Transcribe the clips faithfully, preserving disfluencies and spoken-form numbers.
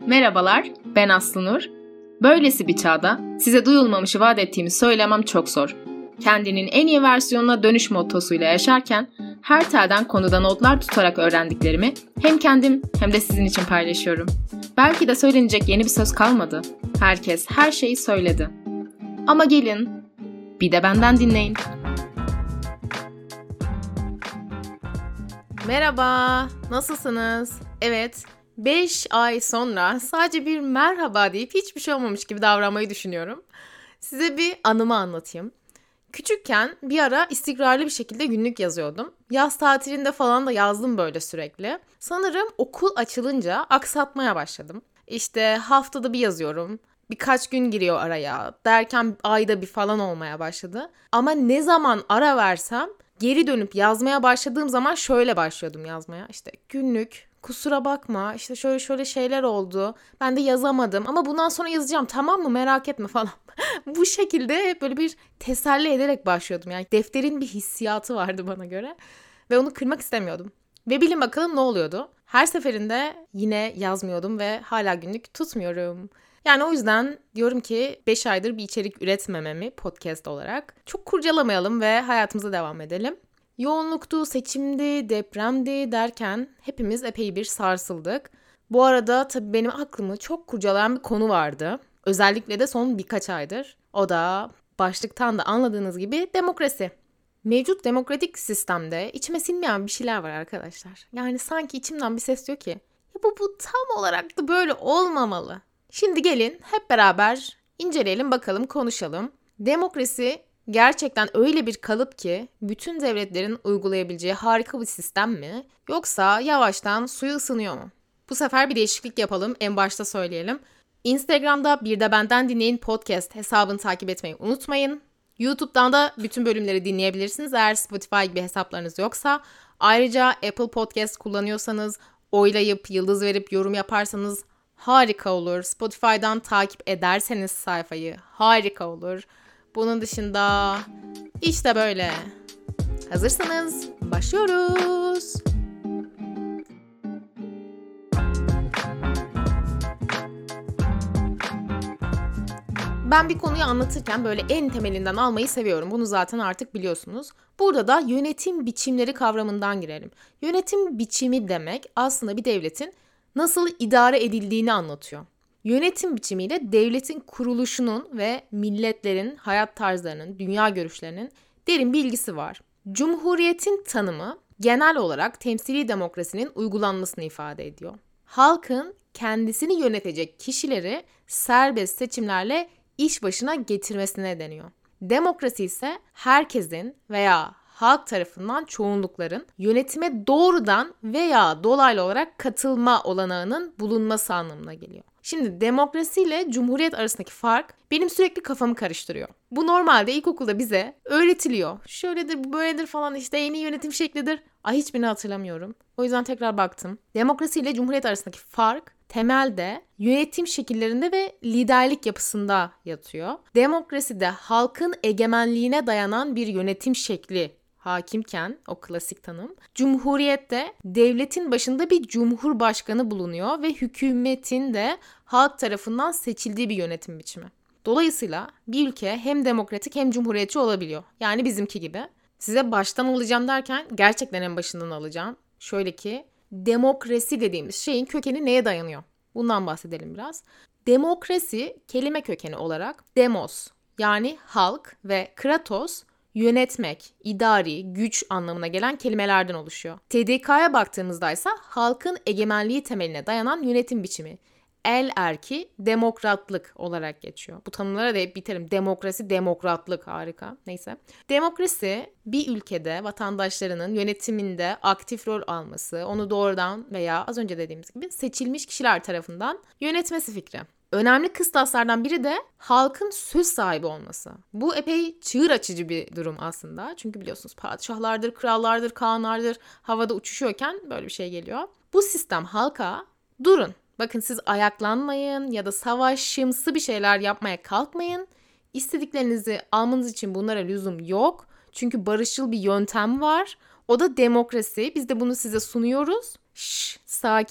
Merhabalar, ben Aslı Nur. Böylesi bir çağda size duyulmamışı vaat ettiğimi söylemem çok zor. Kendinin en iyi versiyonuna dönüş mottosuyla yaşarken her telden konuda notlar tutarak öğrendiklerimi hem kendim hem de sizin için paylaşıyorum. Belki de söylenecek yeni bir söz kalmadı. Herkes her şeyi söyledi. Ama gelin, bir de benden dinleyin. Merhaba, nasılsınız? Evet, beş ay sonra sadece bir merhaba deyip hiçbir şey olmamış gibi davranmayı düşünüyorum. Size bir anımı anlatayım. Küçükken bir ara istikrarlı bir şekilde günlük yazıyordum. Yaz tatilinde falan da yazdım böyle sürekli. Sanırım okul açılınca aksatmaya başladım. İşte haftada bir yazıyorum. Birkaç gün giriyor araya. Derken ayda bir falan olmaya başladı. Ama ne zaman ara versem geri dönüp yazmaya başladığım zaman şöyle başlıyordum yazmaya. İşte günlük, kusura bakma, işte şöyle şöyle şeyler oldu. Ben de yazamadım ama bundan sonra yazacağım, tamam mı, merak etme falan. Bu şekilde böyle bir teselli ederek başlıyordum. Yani defterin bir hissiyatı vardı bana göre. Ve onu kırmak istemiyordum. Ve bilin bakalım ne oluyordu? Her seferinde yine yazmıyordum ve hala günlük tutmuyorum. Yani o yüzden diyorum ki beş aydır bir içerik üretmememi podcast olarak çok kurcalamayalım ve hayatımıza devam edelim. Yoğunluktu, seçimdi, depremdi derken hepimiz epey bir sarsıldık. Bu arada tabii benim aklımı çok kurcalayan bir konu vardı. Özellikle de son birkaç aydır. O da başlıktan da anladığınız gibi demokrasi. Mevcut demokratik sistemde içime sinmeyen bir şeyler var arkadaşlar. Yani sanki içimden bir ses diyor ki ya bu, bu tam olarak da böyle olmamalı. Şimdi gelin hep beraber inceleyelim, bakalım, konuşalım. Demokrasi gerçekten öyle bir kalıp ki bütün devletlerin uygulayabileceği harika bir sistem mi? Yoksa yavaştan suyu ısınıyor mu? Bu sefer bir değişiklik yapalım, en başta söyleyelim. Instagram'da Bir de Benden Dinleyin podcast hesabını takip etmeyi unutmayın. YouTube'dan da bütün bölümleri dinleyebilirsiniz eğer Spotify gibi hesaplarınız yoksa. Ayrıca Apple Podcast kullanıyorsanız oylayıp, yıldız verip yorum yaparsanız harika olur. Spotify'dan takip ederseniz sayfayı harika olur. Bunun dışında işte böyle. Hazırsanız başlıyoruz. Ben bir konuyu anlatırken böyle en temelinden almayı seviyorum. Bunu zaten artık biliyorsunuz. Burada da yönetim biçimleri kavramından girelim. Yönetim biçimi demek aslında bir devletin nasıl idare edildiğini anlatıyor. Yönetim biçimiyle devletin kuruluşunun ve milletlerin hayat tarzlarının, dünya görüşlerinin derin bir ilgisi var. Cumhuriyetin tanımı genel olarak temsili demokrasinin uygulanmasını ifade ediyor. Halkın kendisini yönetecek kişileri serbest seçimlerle iş başına getirmesine deniyor. Demokrasi ise herkesin veya halk tarafından çoğunlukların yönetime doğrudan veya dolaylı olarak katılma olanağının bulunması anlamına geliyor. Şimdi demokrasi ile cumhuriyet arasındaki fark benim sürekli kafamı karıştırıyor. Bu normalde ilkokulda bize öğretiliyor. Şöyledir, bu böyledir falan, işte yeni yönetim şeklidir. Ay hiçbirini hatırlamıyorum. O yüzden tekrar baktım. Demokrasi ile cumhuriyet arasındaki fark temelde yönetim şekillerinde ve liderlik yapısında yatıyor. Demokraside halkın egemenliğine dayanan bir yönetim şekli hakimken, o klasik tanım, cumhuriyette devletin başında bir cumhurbaşkanı bulunuyor ve hükümetin de halk tarafından seçildiği bir yönetim biçimi. Dolayısıyla bir ülke hem demokratik hem cumhuriyetçi olabiliyor. Yani bizimki gibi. Size baştan alacağım derken gerçekten en başından alacağım. Şöyle ki, demokrasi dediğimiz şeyin kökeni neye dayanıyor? Bundan bahsedelim biraz. Demokrasi kelime kökeni olarak demos yani halk ve kratos yönetmek, idari, güç anlamına gelen kelimelerden oluşuyor. T D K'ya baktığımızda ise halkın egemenliği temeline dayanan yönetim biçimi. El erki demokratlık olarak geçiyor. Bu tanımlara da hep biterim. Demokrasi, demokratlık, harika. Neyse. Demokrasi bir ülkede vatandaşlarının yönetiminde aktif rol alması, onu doğrudan veya az önce dediğimiz gibi seçilmiş kişiler tarafından yönetmesi fikri. Önemli kıstaslardan biri de halkın söz sahibi olması. Bu epey çığır açıcı bir durum aslında. Çünkü biliyorsunuz padişahlardır, krallardır, kağanlardır havada uçuşuyorken böyle bir şey geliyor. Bu sistem halka durun, bakın siz ayaklanmayın ya da savaşımsı bir şeyler yapmaya kalkmayın. İstediklerinizi almanız için bunlara lüzum yok. Çünkü barışçıl bir yöntem var. O da demokrasi. Biz de bunu size sunuyoruz. Şşş, sakin.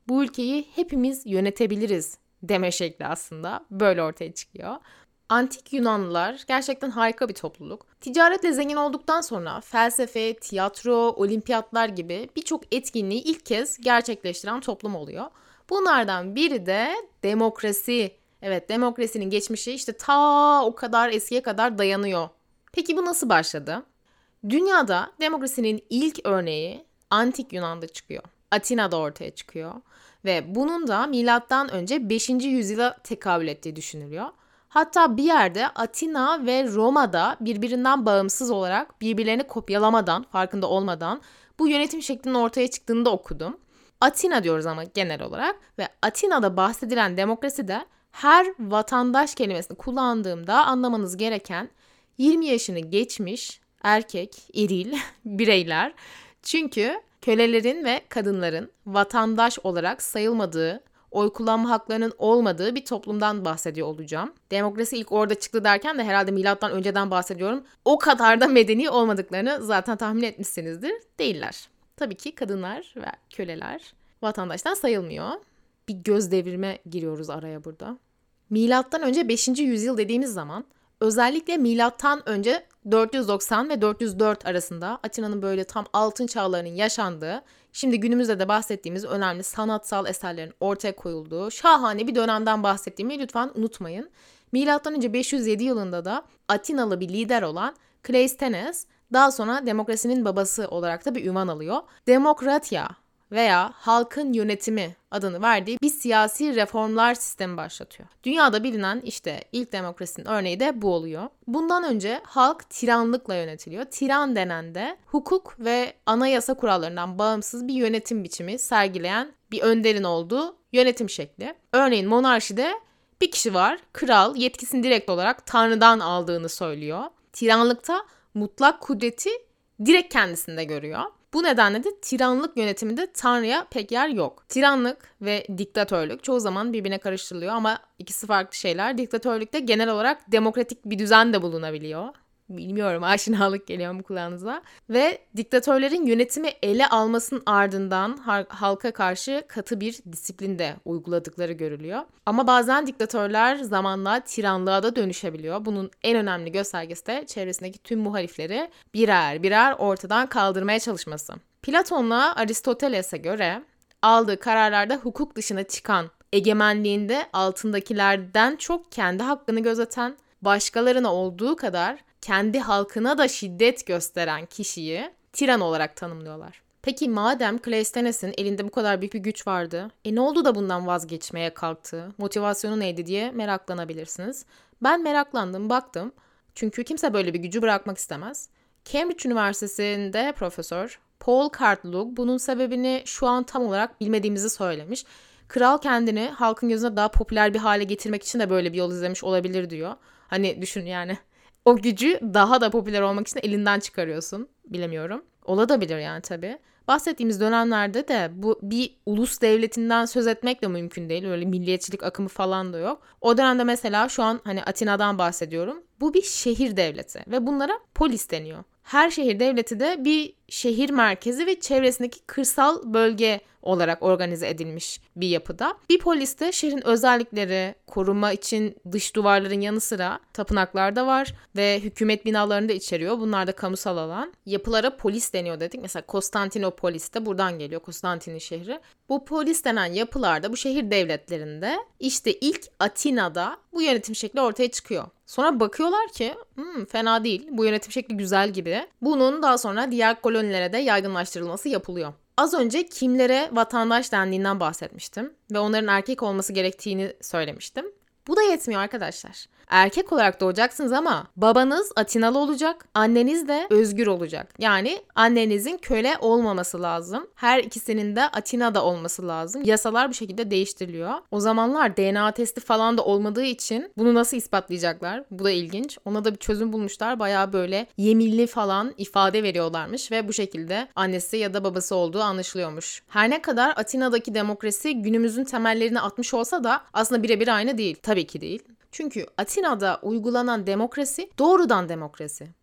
bu ülkeyi hepimiz yönetebiliriz deme şekli aslında böyle ortaya çıkıyor. Antik Yunanlılar gerçekten harika bir topluluk. Ticaretle zengin olduktan sonra felsefe, tiyatro, olimpiyatlar gibi birçok etkinliği ilk kez gerçekleştiren toplum oluyor. Bunlardan biri de demokrasi. Evet, demokrasinin geçmişi işte ta o kadar eskiye kadar dayanıyor. Peki bu nasıl başladı? Dünyada demokrasinin ilk örneği Antik Yunan'da çıkıyor. Atina'da ortaya çıkıyor ve bunun da milattan önce beşinci yüzyıla tekabül ettiği düşünülüyor. Hatta bir yerde Atina ve Roma'da birbirinden bağımsız olarak birbirlerini kopyalamadan, farkında olmadan bu yönetim şeklinin ortaya çıktığını da okudum. Atina diyoruz ama genel olarak ve Atina'da bahsedilen demokrasi de her vatandaş kelimesini kullandığımda anlamanız gereken yirmi yaşını geçmiş erkek, eril bireyler. Çünkü kölelerin ve kadınların vatandaş olarak sayılmadığı, oy kullanma haklarının olmadığı bir toplumdan bahsediyor olacağım. Demokrasi ilk orada çıktı derken de herhalde milattan önceden bahsediyorum. O kadar da medeni olmadıklarını zaten tahmin etmişsinizdir. Değiller. Tabii ki kadınlar ve köleler vatandaştan sayılmıyor. Bir göz devirme giriyoruz araya burada. Milattan önce beşinci yüzyıl dediğimiz zaman özellikle milattan önce dört yüz doksan ve dört yüz dört arasında Atina'nın böyle tam altın çağlarının yaşandığı, şimdi günümüzde de bahsettiğimiz önemli sanatsal eserlerin ortaya koyulduğu şahane bir dönemden bahsettiğimi lütfen unutmayın. Milattan önce beş yüz yedi yılında da Atinalı bir lider olan Kleisthenes daha sonra demokrasinin babası olarak da bir ünvan alıyor. Demokratia veya halkın yönetimi adını verdiği bir siyasi reformlar sistemi başlatıyor. Dünyada bilinen işte ilk demokrasinin örneği de bu oluyor. Bundan önce halk tiranlıkla yönetiliyor. Tiran denen de hukuk ve anayasa kurallarından bağımsız bir yönetim biçimi sergileyen bir önderin olduğu yönetim şekli. Örneğin monarşide bir kişi var, kral yetkisini direkt olarak Tanrı'dan aldığını söylüyor. Tiranlıkta mutlak kudreti direkt kendisinde görüyor. Bu nedenle de tiranlık yönetiminde Tanrı'ya pek yer yok. Tiranlık ve diktatörlük çoğu zaman birbirine karıştırılıyor ama ikisi farklı şeyler. Diktatörlükte genel olarak demokratik bir düzen de bulunabiliyor. Bilmiyorum, aşinalık geliyor mu kulağınıza. Ve diktatörlerin yönetimi ele almasının ardından halka karşı katı bir disiplin de uyguladıkları görülüyor. Ama bazen diktatörler zamanla tiranlığa da dönüşebiliyor. Bunun en önemli göstergesi de çevresindeki tüm muhalifleri birer birer ortadan kaldırmaya çalışması. Platon'la Aristoteles'e göre aldığı kararlarda hukuk dışına çıkan, egemenliğinde altındakilerden çok kendi hakkını gözeten, başkalarına olduğu kadar kendi halkına da şiddet gösteren kişiyi tiran olarak tanımlıyorlar. Peki madem Kleisthenes'in elinde bu kadar büyük bir güç vardı, e ne oldu da bundan vazgeçmeye kalktı? Motivasyonu neydi diye meraklanabilirsiniz. Ben meraklandım, baktım. Çünkü kimse böyle bir gücü bırakmak istemez. Cambridge Üniversitesi'nde profesör Paul Cartlug bunun sebebini şu an tam olarak bilmediğimizi söylemiş. Kral kendini halkın gözünde daha popüler bir hale getirmek için de böyle bir yol izlemiş olabilir diyor. Hani düşün yani. O gücü daha da popüler olmak için elinden çıkarıyorsun. Bilemiyorum. Olabilir yani tabii. Bahsettiğimiz dönemlerde de bu bir ulus devletinden söz etmek de mümkün değil. Öyle milliyetçilik akımı falan da yok. O dönemde mesela şu an hani Atina'dan bahsediyorum. Bu bir şehir devleti ve bunlara polis deniyor. Her şehir devleti de bir şehir merkezi ve çevresindeki kırsal bölge olarak organize edilmiş bir yapıda. Bir polis de şehrin özellikleri koruma için dış duvarların yanı sıra tapınaklar da var ve hükümet binalarını da içeriyor. Bunlar da kamusal alan. Yapılara polis deniyor dedik. Mesela Konstantinopolis de buradan geliyor. Konstantin'in şehri. Bu polis denen yapılarda, bu şehir devletlerinde işte ilk Atina'da bu yönetim şekli ortaya çıkıyor. Sonra bakıyorlar ki hmm, fena değil, bu yönetim şekli güzel gibi. Bunun daha sonra diğer kolonilere de yaygınlaştırılması yapılıyor. Az önce kimlere vatandaş dendiğinden bahsetmiştim ve onların erkek olması gerektiğini söylemiştim. Bu da yetmiyor arkadaşlar. Erkek olarak doğacaksınız ama babanız Atinalı olacak, anneniz de özgür olacak. Yani annenizin köle olmaması lazım. Her ikisinin de Atina'da olması lazım. Yasalar bu şekilde değiştiriliyor. O zamanlar D N A testi falan da olmadığı için bunu nasıl ispatlayacaklar? Bu da ilginç. Ona da bir çözüm bulmuşlar. Bayağı böyle yeminli falan ifade veriyorlarmış ve bu şekilde annesi ya da babası olduğu anlaşılıyormuş. Her ne kadar Atina'daki demokrasi günümüzün temellerini atmış olsa da aslında birebir aynı değil. Tabii ki değil. Çünkü Atina'da uygulanan demokrasi doğrudan demokrasi.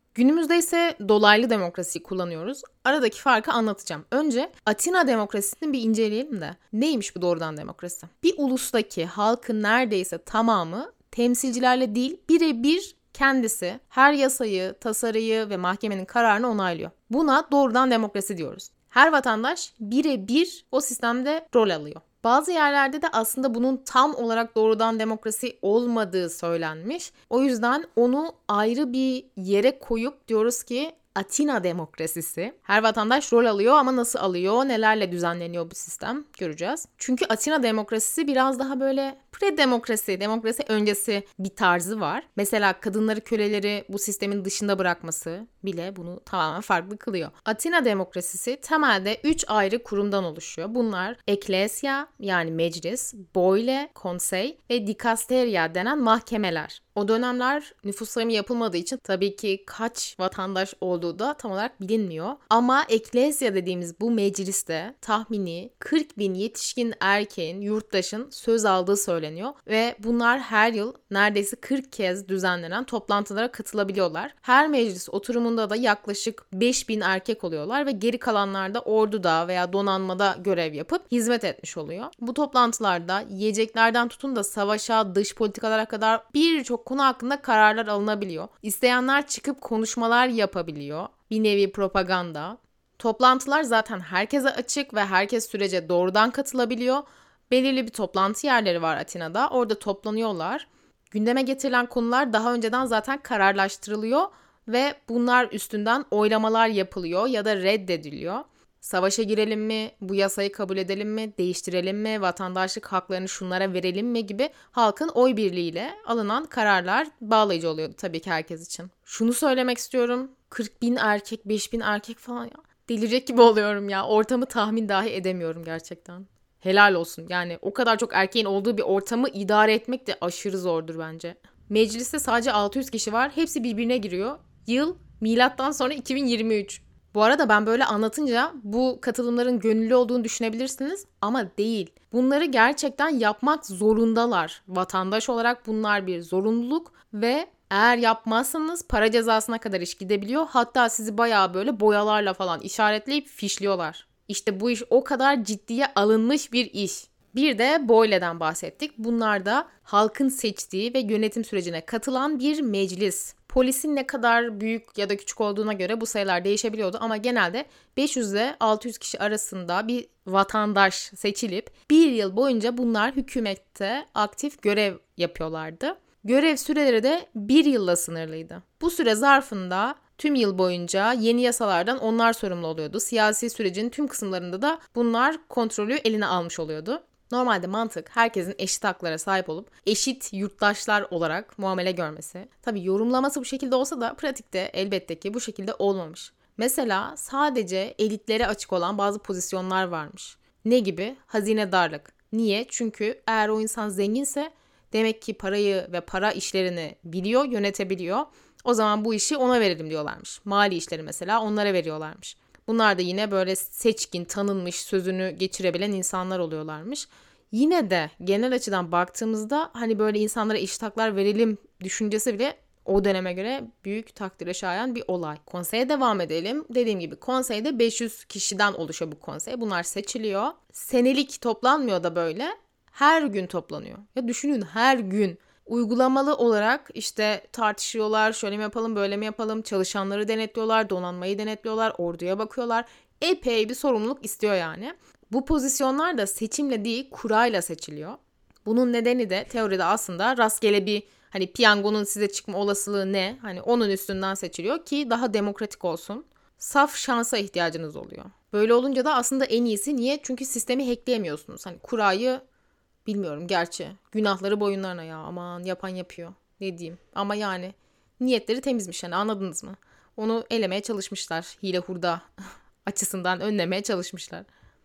Günümüzde ise dolaylı demokrasiyi kullanıyoruz. Aradaki farkı anlatacağım. Önce Atina demokrasisini bir inceleyelim de. Neymiş bu doğrudan demokrasi? Bir ulustaki halkın neredeyse tamamı temsilcilerle değil birebir kendisi her yasayı, tasarıyı ve mahkemenin kararını onaylıyor. Buna doğrudan demokrasi diyoruz. Her vatandaş birebir o sistemde rol alıyor. Bazı yerlerde de aslında bunun tam olarak doğrudan demokrasi olmadığı söylenmiş. O yüzden onu ayrı bir yere koyup diyoruz ki Atina demokrasisi. Her vatandaş rol alıyor ama nasıl alıyor, nelerle düzenleniyor bu sistem göreceğiz. Çünkü Atina demokrasisi biraz daha böyle pre-demokrasi, demokrasi öncesi bir tarzı var. Mesela kadınları, köleleri bu sistemin dışında bırakması bile bunu tamamen farklı kılıyor. Atina demokrasisi temelde üç ayrı kurumdan oluşuyor. Bunlar Eklesya yani meclis, Boyle, konsey ve dikasteria denen mahkemeler. O dönemler nüfus sayımı yapılmadığı için tabii ki kaç vatandaş olduğu da tam olarak bilinmiyor. Ama Eklesya dediğimiz bu mecliste tahmini kırk bin yetişkin erkeğin, yurttaşın söz aldığı söyleniyor. Ve bunlar her yıl neredeyse kırk kez düzenlenen toplantılara katılabiliyorlar. Her meclis oturumunda da yaklaşık beş bin erkek oluyorlar ve geri kalanlar da orduda veya donanmada görev yapıp hizmet etmiş oluyor. Bu toplantılarda yiyeceklerden tutun da savaşa, dış politikalara kadar birçok konu hakkında kararlar alınabiliyor. İsteyenler çıkıp konuşmalar yapabiliyor. Bir nevi propaganda. Toplantılar zaten herkese açık ve herkes sürece doğrudan katılabiliyor. Belirli bir toplantı yerleri var Atina'da. Orada toplanıyorlar. Gündeme getirilen konular daha önceden zaten kararlaştırılıyor ve bunlar üstünden oylamalar yapılıyor ya da reddediliyor. Savaşa girelim mi, bu yasayı kabul edelim mi, değiştirelim mi, vatandaşlık haklarını şunlara verelim mi gibi halkın oy birliğiyle alınan kararlar bağlayıcı oluyordu tabii ki herkes için. Şunu söylemek istiyorum, kırk bin erkek, beş bin erkek falan ya. Delirecek gibi oluyorum ya, ortamı tahmin dahi edemiyorum gerçekten. Helal olsun yani o kadar çok erkeğin olduğu bir ortamı idare etmek de aşırı zordur bence. Mecliste sadece altı yüz kişi var, hepsi birbirine giriyor. Yıl milattan sonra iki bin yirmi üç. Bu arada ben böyle anlatınca bu katılımların gönüllü olduğunu düşünebilirsiniz ama değil. Bunları gerçekten yapmak zorundalar. Vatandaş olarak bunlar bir zorunluluk ve eğer yapmazsanız para cezasına kadar iş gidebiliyor. Hatta sizi bayağı böyle boyalarla falan işaretleyip fişliyorlar. İşte bu iş o kadar ciddiye alınmış bir iş. Bir de Boyle'den bahsettik. Bunlar da halkın seçtiği ve yönetim sürecine katılan bir meclis. Polisin ne kadar büyük ya da küçük olduğuna göre bu sayılar değişebiliyordu ama genelde beş yüz ile altı yüz kişi arasında bir vatandaş seçilip bir yıl boyunca bunlar hükümette aktif görev yapıyorlardı. Görev süreleri de bir yılla sınırlıydı. Bu süre zarfında tüm yıl boyunca yeni yasalardan onlar sorumlu oluyordu. Siyasi sürecin tüm kısımlarında da bunlar kontrolü eline almış oluyordu. Normalde mantık herkesin eşit haklara sahip olup eşit yurttaşlar olarak muamele görmesi. Tabii yorumlaması bu şekilde olsa da pratikte elbette ki bu şekilde olmamış. Mesela sadece elitlere açık olan bazı pozisyonlar varmış. Ne gibi? Hazinedarlık. Niye? Çünkü eğer o insan zenginse demek ki parayı ve para işlerini biliyor, yönetebiliyor. O zaman bu işi ona verelim diyorlarmış. Mali işleri mesela onlara veriyorlarmış. Bunlar da yine böyle seçkin, tanınmış, sözünü geçirebilen insanlar oluyorlarmış. Yine de genel açıdan baktığımızda hani böyle insanlara eşit haklar verelim düşüncesi bile o döneme göre büyük takdire şayan bir olay. Konseye devam edelim. Dediğim gibi konseyde beş yüz kişiden oluşuyor bu konsey. Bunlar seçiliyor. Senelik toplanmıyor da böyle. Her gün toplanıyor. Ya düşünün her gün. Uygulamalı olarak işte tartışıyorlar, şöyle mi yapalım, böyle mi yapalım, çalışanları denetliyorlar, donanmayı denetliyorlar, orduya bakıyorlar. Epey bir sorumluluk istiyor yani. Bu pozisyonlar da seçimle değil, kurayla seçiliyor. Bunun nedeni de teoride aslında rastgele bir hani piyangonun size çıkma olasılığı ne? Hani onun üstünden seçiliyor ki daha demokratik olsun. Saf şansa ihtiyacınız oluyor. Böyle olunca da aslında en iyisi niye? Çünkü sistemi hackleyemiyorsunuz. Hani kurayı bilmiyorum gerçi. Günahları boyunlarına ya. Aman yapan yapıyor. Ne diyeyim. Ama yani niyetleri temizmiş yani anladınız mı? Onu elemeye çalışmışlar. Hile hurda açısından önlemeye çalışmışlar.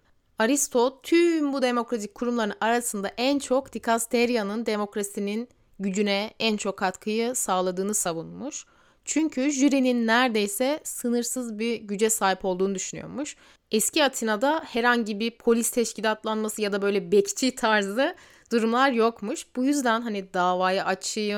Aristo tüm bu demokratik kurumların arasında en çok dikasteriyanın demokrasinin gücüne en çok katkıyı sağladığını savunmuş. Çünkü jürinin neredeyse sınırsız bir güce sahip olduğunu düşünüyormuş. Eski Atina'da herhangi bir polis teşkilatlanması ya da böyle bekçi tarzı durumlar yokmuş. Bu yüzden hani davayı açayım,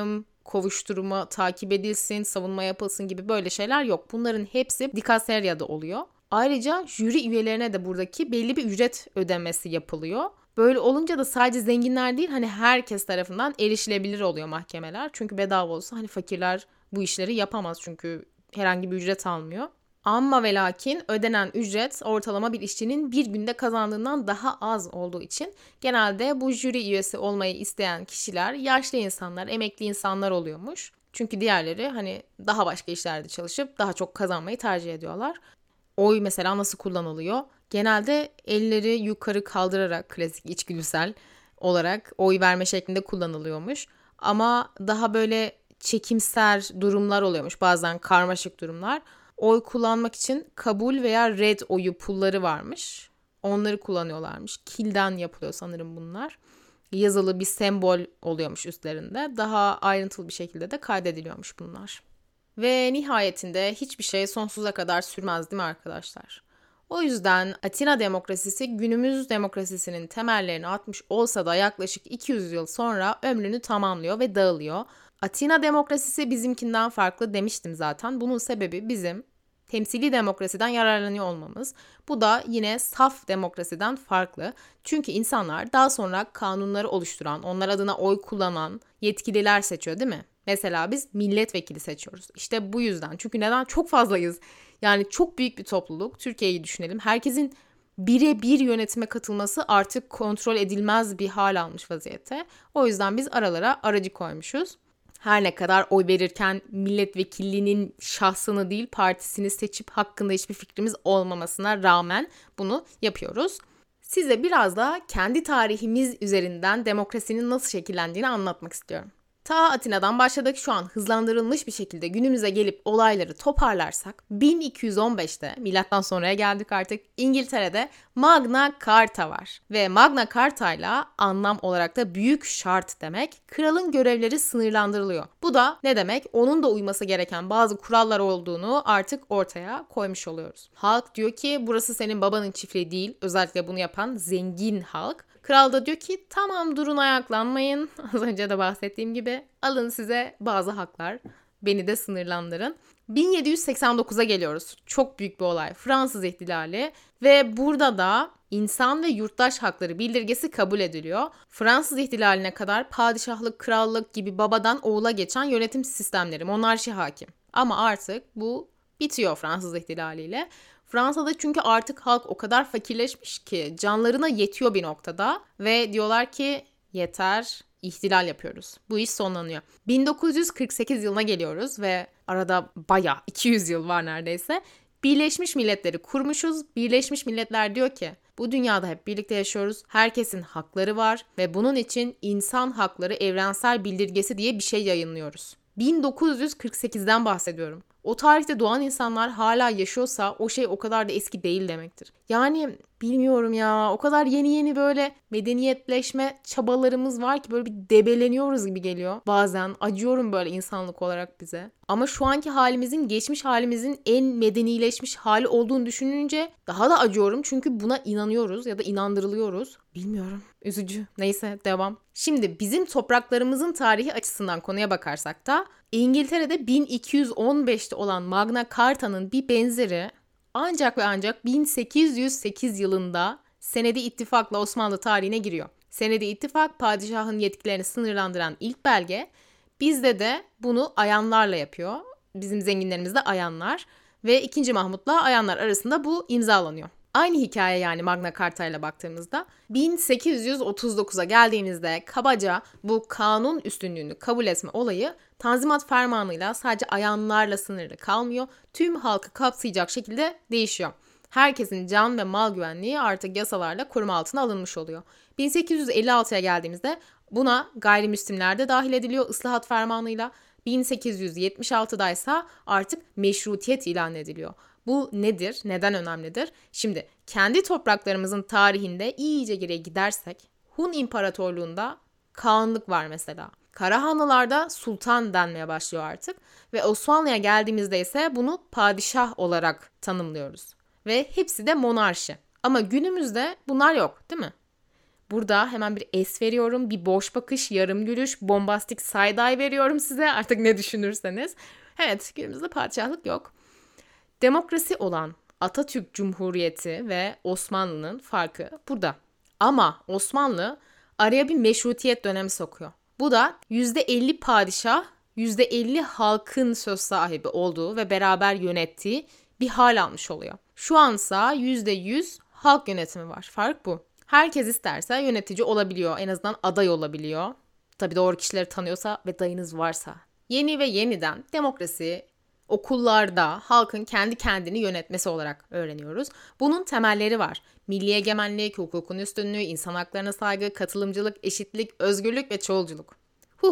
kovuşturma takip edilsin, savunma yapılsın gibi böyle şeyler yok. Bunların hepsi dikasteryada oluyor. Ayrıca jüri üyelerine de buradaki belli bir ücret ödemesi yapılıyor. Böyle olunca da sadece zenginler değil, hani herkes tarafından erişilebilir oluyor mahkemeler. Çünkü bedava olsa hani fakirler bu işleri yapamaz çünkü herhangi bir ücret almıyor. Amma ve lakin ödenen ücret ortalama bir işçinin bir günde kazandığından daha az olduğu için genelde bu jüri üyesi olmayı isteyen kişiler yaşlı insanlar, emekli insanlar oluyormuş. Çünkü diğerleri hani daha başka işlerde çalışıp daha çok kazanmayı tercih ediyorlar. Oy mesela nasıl kullanılıyor? Genelde elleri yukarı kaldırarak klasik içgüdüsel olarak oy verme şeklinde kullanılıyormuş. Ama daha böyle çekimser durumlar oluyormuş, bazen karmaşık durumlar. Oy kullanmak için kabul veya red oyu pulları varmış. Onları kullanıyorlarmış. Kilden yapılıyor sanırım bunlar. Yazılı bir sembol oluyormuş üstlerinde. Daha ayrıntılı bir şekilde de kaydediliyormuş bunlar. Ve nihayetinde hiçbir şey sonsuza kadar sürmez değil mi arkadaşlar? O yüzden Atina demokrasisi günümüz demokrasisinin temellerini atmış olsa da yaklaşık iki yüz yıl sonra ömrünü tamamlıyor ve dağılıyor. Atina demokrasisi bizimkinden farklı demiştim zaten. Bunun sebebi bizim temsili demokrasiden yararlanıyor olmamız. Bu da yine saf demokrasiden farklı. Çünkü insanlar daha sonra kanunları oluşturan, onlar adına oy kullanan yetkililer seçiyor değil mi? Mesela biz milletvekili seçiyoruz. İşte bu yüzden. Çünkü neden? Çok fazlayız. Yani çok büyük bir topluluk. Türkiye'yi düşünelim. Herkesin birebir yönetime katılması artık kontrol edilmez bir hal almış vaziyette. O yüzden biz aralara aracı koymuşuz. Her ne kadar oy verirken milletvekilliğinin şahsını değil partisini seçip hakkında hiçbir fikrimiz olmamasına rağmen bunu yapıyoruz. Size biraz da kendi tarihimiz üzerinden demokrasinin nasıl şekillendiğini anlatmak istiyorum. Ta Atina'dan başladık, şu an hızlandırılmış bir şekilde günümüze gelip olayları toparlarsak bin iki yüz on beşte milattan sonraya geldik artık, İngiltere'de Magna Carta var. Ve Magna Carta'yla anlam olarak da büyük şart demek, kralın görevleri sınırlandırılıyor. Bu da ne demek? Onun da uyması gereken bazı kurallar olduğunu artık ortaya koymuş oluyoruz. Halk diyor ki burası senin babanın çiftliği değil, özellikle bunu yapan zengin halk. Kral da diyor ki tamam durun ayaklanmayın. Az önce de bahsettiğim gibi alın size bazı haklar. Beni de sınırlandırın. bin yedi yüz seksen dokuza geliyoruz. Çok büyük bir olay. Fransız ihtilali ve burada da insan ve yurttaş hakları bildirgesi kabul ediliyor. Fransız ihtilaline kadar padişahlık, krallık gibi babadan oğula geçen yönetim sistemleri, monarşi hakim. Ama artık bu bitiyor Fransız ihtilaliyle. Fransa'da çünkü artık halk o kadar fakirleşmiş ki canlarına yetiyor bir noktada ve diyorlar ki yeter, ihtilal yapıyoruz. Bu iş sonlanıyor. bin dokuz yüz kırk sekiz yılına geliyoruz ve arada bayağı iki yüz yıl var neredeyse. Birleşmiş Milletleri kurmuşuz. Birleşmiş Milletler diyor ki bu dünyada hep birlikte yaşıyoruz. Herkesin hakları var ve bunun için insan hakları evrensel bildirgesi diye bir şey yayınlıyoruz. bin dokuz yüz kırk sekizden bahsediyorum. O tarihte doğan insanlar hala yaşıyorsa o şey o kadar da eski değil demektir. Yani bilmiyorum ya, o kadar yeni yeni böyle medeniyetleşme çabalarımız var ki böyle bir debeleniyoruz gibi geliyor. Bazen acıyorum böyle insanlık olarak bize. Ama şu anki halimizin geçmiş halimizin en medenileşmiş hali olduğunu düşününce daha da acıyorum. Çünkü buna inanıyoruz ya da inandırılıyoruz. Bilmiyorum. Üzücü. Neyse devam. Şimdi bizim topraklarımızın tarihi açısından konuya bakarsak da İngiltere'de bin iki yüz on beşte olan Magna Carta'nın bir benzeri ancak ve ancak bin sekiz yüz sekiz yılında Senedi İttifak'la Osmanlı tarihine giriyor. Senedi İttifak padişahın yetkilerini sınırlandıran ilk belge. Bizde de bunu ayanlarla yapıyor. Bizim zenginlerimiz de ayanlar ve ikinci Mahmut'la ayanlar arasında bu imzalanıyor. Aynı hikaye yani Magna Carta ile baktığımızda bin sekiz yüz otuz dokuza geldiğimizde kabaca bu kanun üstünlüğünü kabul etme olayı Tanzimat Fermanı'yla sadece ayanlarla sınırlı kalmıyor. Tüm halkı kapsayacak şekilde değişiyor. Herkesin can ve mal güvenliği artık yasalarla koruma altına alınmış oluyor. bin sekiz yüz elli altıya geldiğimizde buna gayrimüslimler de dahil ediliyor ıslahat fermanıyla. bin sekiz yüz yetmiş altıda ise artık meşrutiyet ilan ediliyor. Bu nedir? Neden önemlidir? Şimdi kendi topraklarımızın tarihinde iyice geriye gidersek Hun İmparatorluğu'nda kağanlık var mesela. Karahanlılarda sultan denmeye başlıyor artık ve Osmanlı'ya geldiğimizde ise bunu padişah olarak tanımlıyoruz. Ve hepsi de monarşi. Ama günümüzde bunlar yok, değil mi? Burada hemen bir es veriyorum. Bir boş bakış, yarım gülüş, bombastik side-eye veriyorum size. Artık ne düşünürseniz. Evet, günümüzde padişahlık yok. Demokrasi olan Atatürk Cumhuriyeti ve Osmanlı'nın farkı burada. Ama Osmanlı araya bir meşrutiyet dönemi sokuyor. Bu da yüzde elli padişah, yüzde elli halkın söz sahibi olduğu ve beraber yönettiği bir hal almış oluyor. Şu ansa yüzde yüz halk yönetimi var. Fark bu. Herkes isterse yönetici olabiliyor. En azından aday olabiliyor. Tabii doğru kişileri tanıyorsa ve dayınız varsa. Yeni ve yeniden demokrasi okullarda halkın kendi kendini yönetmesi olarak öğreniyoruz. Bunun temelleri var. Milli egemenlik, hukukun üstünlüğü, insan haklarına saygı, katılımcılık, eşitlik, özgürlük ve çoğulculuk. Huh.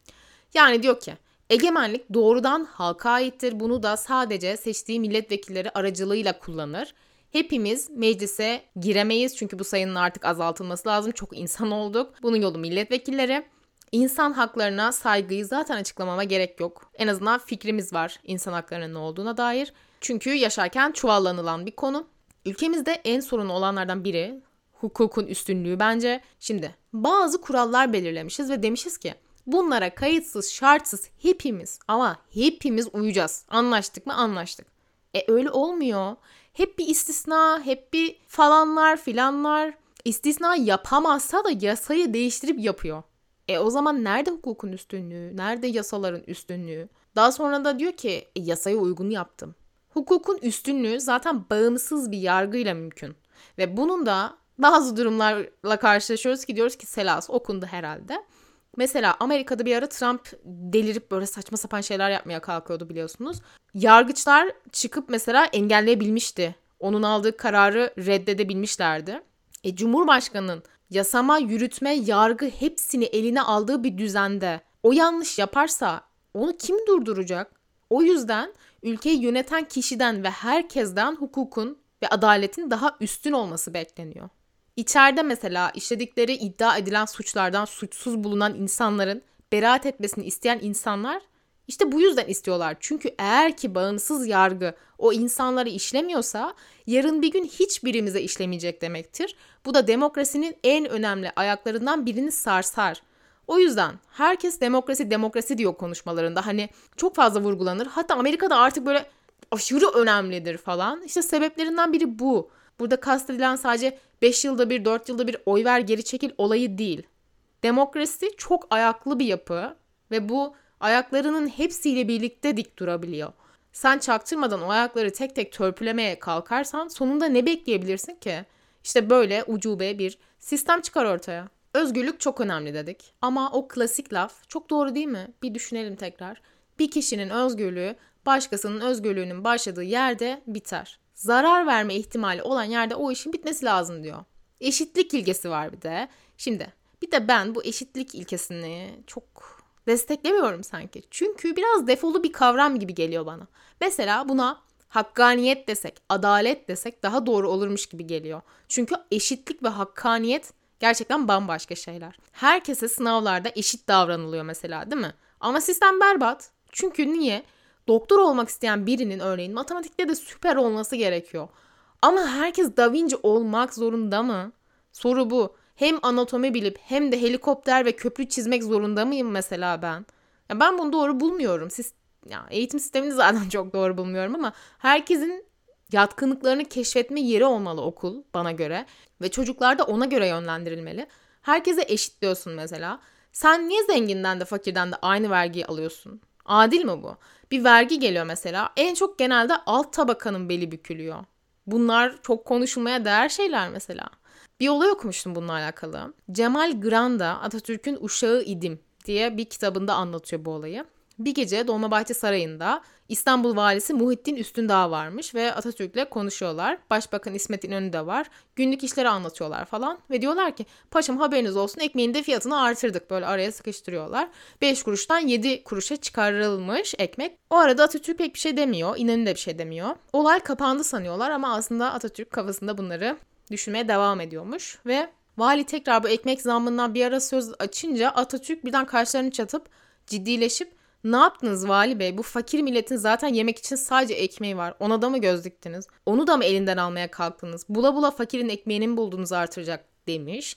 Yani diyor ki egemenlik doğrudan halka aittir. Bunu da sadece seçtiği milletvekilleri aracılığıyla kullanır. Hepimiz meclise giremeyiz çünkü bu sayının artık azaltılması lazım. Çok insan olduk. Bunun yolu milletvekilleri. İnsan haklarına saygıyı zaten açıklamama gerek yok. En azından fikrimiz var insan haklarının ne olduğuna dair. Çünkü yaşarken çuvallanılan bir konu. Ülkemizde en sorunlu olanlardan biri hukukun üstünlüğü bence. Şimdi bazı kurallar belirlemişiz ve demişiz ki bunlara kayıtsız şartsız hepimiz ama hepimiz uyacağız. Anlaştık mı? Anlaştık. E öyle olmuyor. Hep bir istisna, hep bir falanlar filanlar. İstisna yapamazsa da yasayı değiştirip yapıyor. E o zaman nerede hukukun üstünlüğü? Nerede yasaların üstünlüğü? Daha sonra da diyor ki e, yasaya uygun yaptım. Hukukun üstünlüğü zaten bağımsız bir yargıyla mümkün. Ve bunun da bazı durumlarla karşılaşıyoruz ki diyoruz ki selas okundu herhalde. Mesela Amerika'da bir ara Trump delirip böyle saçma sapan şeyler yapmaya kalkıyordu biliyorsunuz. Yargıçlar çıkıp mesela engelleyebilmişti. Onun aldığı kararı reddedebilmişlerdi. E, Cumhurbaşkanı'nın yasama, yürütme, yargı hepsini eline aldığı bir düzende o yanlış yaparsa onu kim durduracak? O yüzden ülkeyi yöneten kişiden ve herkesten hukukun ve adaletin daha üstün olması bekleniyor. İçeride mesela işledikleri iddia edilen suçlardan suçsuz bulunan insanların beraat etmesini isteyen insanlar işte bu yüzden istiyorlar. Çünkü eğer ki bağımsız yargı o insanları işlemiyorsa yarın bir gün hiçbirimize işlemeyecek demektir. Bu da demokrasinin en önemli ayaklarından birini sarsar. O yüzden herkes demokrasi demokrasi diyor konuşmalarında. Hani çok fazla vurgulanır. Hatta Amerika'da artık böyle aşırı önemlidir falan. İşte sebeplerinden biri bu. Burada kastedilen sadece beş yılda bir, dört yılda bir oy ver geri çekil olayı değil. Demokrasi çok ayaklı bir yapı ve bu ayaklarının hepsiyle birlikte dik durabiliyor. Sen çaktırmadan o ayakları tek tek törpülemeye kalkarsan sonunda ne bekleyebilirsin ki? İşte böyle ucube bir sistem çıkar ortaya. Özgürlük çok önemli dedik. Ama o klasik laf çok doğru değil mi? Bir düşünelim tekrar. Bir kişinin özgürlüğü başkasının özgürlüğünün başladığı yerde biter. Zarar verme ihtimali olan yerde o işin bitmesi lazım diyor. Eşitlik ilkesi var bir de. Şimdi bir de ben bu eşitlik ilkesini çok desteklemiyorum sanki. Çünkü biraz defolu bir kavram gibi geliyor bana. Mesela buna hakkaniyet desek, adalet desek daha doğru olurmuş gibi geliyor. Çünkü eşitlik ve hakkaniyet gerçekten bambaşka şeyler. Herkese sınavlarda eşit davranılıyor mesela değil mi? Ama sistem berbat. Çünkü niye? Doktor olmak isteyen birinin örneğin matematikte de süper olması gerekiyor. Ama herkes Da Vinci olmak zorunda mı? Soru bu. Hem anatomi bilip hem de helikopter ve köprü çizmek zorunda mıyım mesela ben? Ya ben bunu doğru bulmuyorum. Siz, ya eğitim sistemini zaten çok doğru bulmuyorum ama herkesin yatkınlıklarını keşfetme yeri olmalı okul bana göre. Ve çocuklar da ona göre yönlendirilmeli. Herkese eşitliyorsun mesela. Sen niye zenginden de fakirden de aynı vergiyi alıyorsun? Adil mi bu? Bir vergi geliyor mesela. En çok genelde alt tabakanın beli bükülüyor. Bunlar çok konuşulmaya değer şeyler mesela. Bir olay okumuştum bununla alakalı. Cemal Granda Atatürk'ün Uşağı İdim diye bir kitabında anlatıyor bu olayı. Bir gece Dolmabahçe Sarayı'nda İstanbul Valisi Muhittin Üstündağ varmış ve Atatürk'le konuşuyorlar. Başbakan İsmet İnönü de var. Günlük işleri anlatıyorlar falan. Ve diyorlar ki paşam haberiniz olsun ekmeğin de fiyatını artırdık. Böyle araya sıkıştırıyorlar. beş kuruştan yedi kuruşa çıkarılmış ekmek. O arada Atatürk pek bir şey demiyor. İnönü de bir şey demiyor. Olay kapandı sanıyorlar ama aslında Atatürk kafasında bunları düşünmeye devam ediyormuş. Ve vali tekrar bu ekmek zammından bir ara söz açınca Atatürk birden kaşlarını çatıp ciddileşip ne yaptınız vali bey? Bu fakir milletin zaten yemek için sadece ekmeği var. Ona da mı göz diktiniz? Onu da mı elinden almaya kalktınız? Bula bula fakirin ekmeğini mi buldunuz artıracak demiş.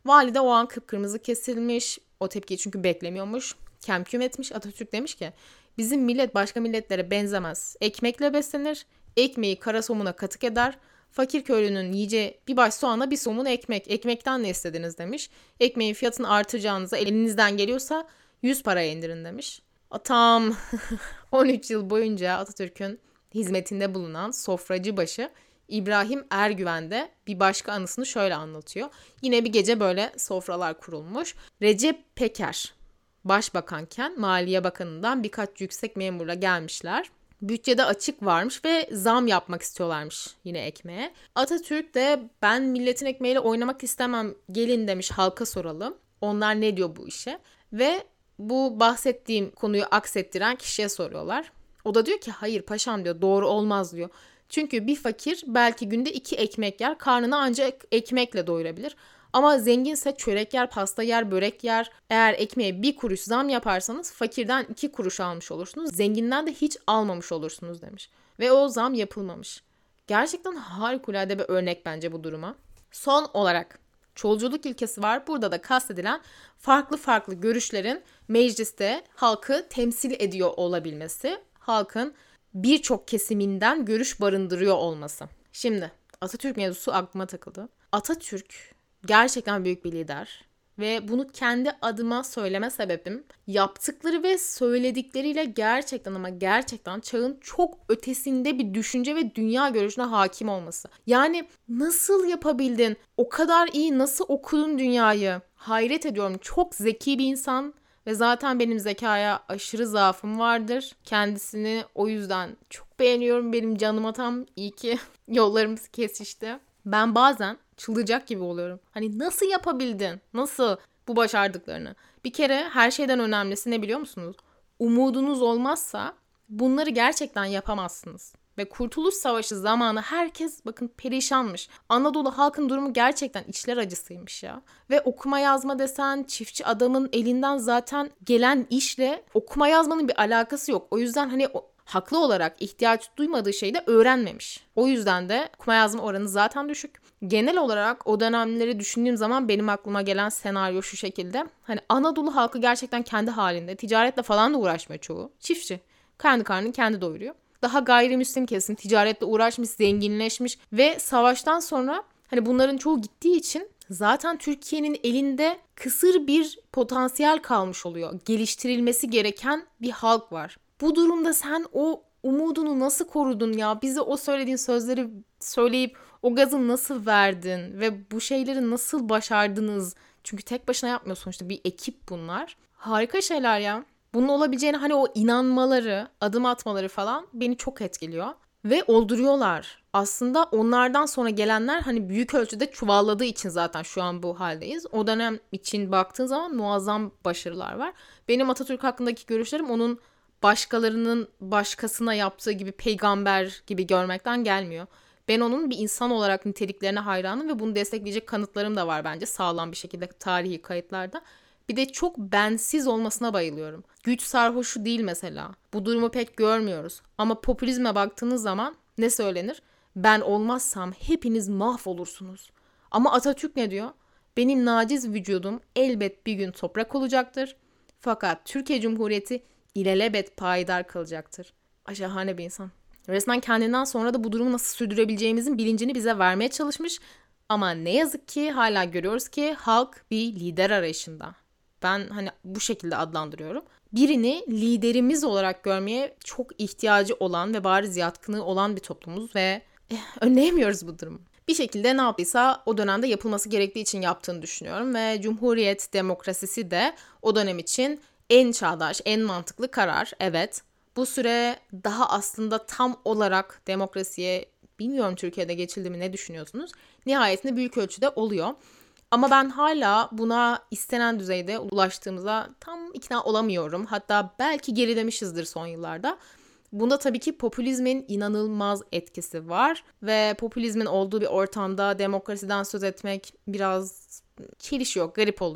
Valide o an kıpkırmızı kesilmiş. O tepkiyi çünkü beklemiyormuş. Kemküm etmiş. Atatürk demiş ki bizim millet başka milletlere benzemez. Ekmekle beslenir. Ekmeği kara somuna katık eder. Fakir köylünün yiyeceği bir baş soğana bir somun ekmek. Ekmekten ne istediniz demiş. Ekmeğin fiyatını artıracağınıza elinizden geliyorsa yüz paraya indirin demiş. Tam on üç yıl boyunca Atatürk'ün hizmetinde bulunan sofracıbaşı İbrahim Ergüven de bir başka anısını şöyle anlatıyor. Yine bir gece böyle sofralar kurulmuş. Recep Peker başbakanken Maliye Bakanı'ndan birkaç yüksek memurla gelmişler. Bütçede açık varmış ve zam yapmak istiyorlarmış yine ekmeğe. Atatürk de ben milletin ekmeğiyle oynamak istemem, gelin demiş, halka soralım. Onlar ne diyor bu işe? Ve bu bahsettiğim konuyu aksettiren kişiye soruyorlar. O da diyor ki hayır paşam diyor, doğru olmaz diyor. Çünkü bir fakir belki günde iki ekmek yer, karnını ancak ekmekle doyurabilir. Ama zenginse çörek yer, pasta yer, börek yer. Eğer ekmeğe bir kuruş zam yaparsanız fakirden iki kuruş almış olursunuz. Zenginden de hiç almamış olursunuz demiş. Ve o zam yapılmamış. Gerçekten harikulade bir örnek bence bu duruma. Son olarak çoğulculuk ilkesi var. Burada da kastedilen farklı farklı görüşlerin mecliste halkı temsil ediyor olabilmesi. Halkın birçok kesiminden görüş barındırıyor olması. Şimdi Atatürk mevzusu aklıma takıldı. Atatürk gerçekten büyük bir lider ve bunu kendi adıma söyleme sebebim yaptıkları ve söyledikleriyle gerçekten ama gerçekten çağın çok ötesinde bir düşünce ve dünya görüşüne hakim olması. Yani nasıl yapabildin? O kadar iyi nasıl okudun dünyayı? Hayret ediyorum. Çok zeki bir insan. Ve zaten benim zekaya aşırı zaafım vardır. Kendisini o yüzden çok beğeniyorum. Benim canım atam, iyi ki yollarımız kesişti. Ben bazen çıldıracak gibi oluyorum. Hani nasıl yapabildin? Nasıl bu başardıklarını? Bir kere her şeyden önemlisi ne biliyor musunuz? Umudunuz olmazsa bunları gerçekten yapamazsınız. Ve Kurtuluş Savaşı zamanı herkes bakın perişanmış. Anadolu halkın durumu gerçekten içler acısıymış ya. Ve okuma yazma desen çiftçi adamın elinden zaten gelen işle okuma yazmanın bir alakası yok. O yüzden hani o, haklı olarak ihtiyaç duymadığı şeyi de öğrenmemiş. O yüzden de okuma yazma oranı zaten düşük. Genel olarak o dönemleri düşündüğüm zaman benim aklıma gelen senaryo şu şekilde. Hani Anadolu halkı gerçekten kendi halinde, ticaretle falan da uğraşmıyor çoğu. Çiftçi. Kendi karnını kendi doyuruyor. Daha gayrimüslim kesim ticaretle uğraşmış, zenginleşmiş ve savaştan sonra hani bunların çoğu gittiği için zaten Türkiye'nin elinde kısır bir potansiyel kalmış oluyor. Geliştirilmesi gereken bir halk var. Bu durumda sen o umudunu nasıl korudun ya? Bize o söylediğin sözleri söyleyip o gazı nasıl verdin ve bu şeyleri nasıl başardınız? Çünkü tek başına yapmıyor sonuçta, bir ekip bunlar. Harika şeyler ya. Bunun olabileceğine hani o inanmaları, adım atmaları falan beni çok etkiliyor. Ve olduruyorlar. Aslında onlardan sonra gelenler hani büyük ölçüde çuvalladığı için zaten şu an bu haldeyiz. O dönem için baktığın zaman muazzam başarılar var. Benim Atatürk hakkındaki görüşlerim onun başkalarının başkasına yaptığı gibi peygamber gibi görmekten gelmiyor. Ben onun bir insan olarak niteliklerine hayranım ve bunu destekleyecek kanıtlarım da var bence sağlam bir şekilde tarihi kayıtlarda. Bir de çok bensiz olmasına bayılıyorum. Güç sarhoşu değil mesela. Bu durumu pek görmüyoruz. Ama popülizme baktığınız zaman ne söylenir? Ben olmazsam hepiniz mahvolursunuz. Ama Atatürk ne diyor? Benim naciz vücudum elbet bir gün toprak olacaktır. Fakat Türkiye Cumhuriyeti ilelebet payidar kalacaktır. Ay, şahane bir insan. Resmen kendinden sonra da bu durumu nasıl sürdürebileceğimizin bilincini bize vermeye çalışmış. Ama ne yazık ki hala görüyoruz ki halk bir lider arayışında. Ben hani bu şekilde adlandırıyorum. Birini liderimiz olarak görmeye çok ihtiyacı olan ve bariz yatkınlığı olan bir toplumuz ve eh, önleyemiyoruz bu durumu. Bir şekilde ne yaptıysa o dönemde yapılması gerektiği için yaptığını düşünüyorum ve Cumhuriyet demokrasisi de o dönem için en çağdaş, en mantıklı karar. Evet, bu süre daha aslında tam olarak demokrasiye, bilmiyorum Türkiye'de geçildi mi, ne düşünüyorsunuz? Nihayetinde büyük ölçüde oluyor. Ama ben hala buna istenen düzeyde ulaştığımıza tam ikna olamıyorum. Hatta belki gerilemişizdir son yıllarda. Bunda tabii ki popülizmin inanılmaz etkisi var. Ve popülizmin olduğu bir ortamda demokrasiden söz etmek biraz çelişiyor, garip oluyor.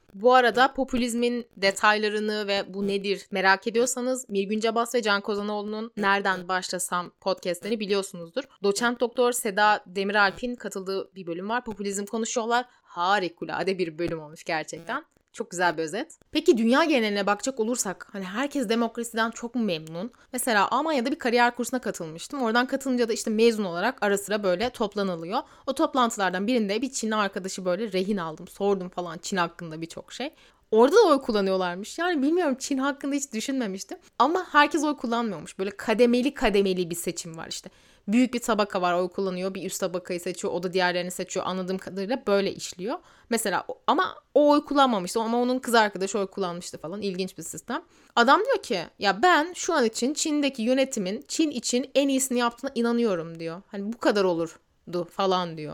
Bu arada popülizmin detaylarını ve bu nedir merak ediyorsanız Mirgün Cabas ve Can Kozanoğlu'nun Nereden Başlasam podcastleri biliyorsunuzdur. Doçent Doktor Seda Demiralp'in katıldığı bir bölüm var. Popülizm konuşuyorlar. Harikulade bir bölüm olmuş gerçekten. Çok güzel bir özet. Peki dünya geneline bakacak olursak hani herkes demokrasiden çok mu memnun? Mesela Almanya'da bir kariyer kursuna katılmıştım. Oradan katılınca da işte mezun olarak ara sıra böyle toplanılıyor. O toplantılardan birinde bir Çinli arkadaşı böyle rehin aldım. Sordum falan Çin hakkında birçok şey. Orada da oy kullanıyorlarmış. Yani bilmiyorum, Çin hakkında hiç düşünmemiştim. Ama herkes oy kullanmıyormuş. Böyle kademeli kademeli bir seçim var işte. Büyük bir tabaka var, oy kullanıyor. Bir üst tabakayı seçiyor. O da diğerlerini seçiyor. Anladığım kadarıyla böyle işliyor. Mesela ama o oy kullanmamıştı. Ama onun kız arkadaşı oy kullanmıştı falan. İlginç bir sistem. Adam diyor ki ya ben şu an için Çin'deki yönetimin Çin için en iyisini yaptığına inanıyorum diyor. Hani bu kadar olurdu falan diyor.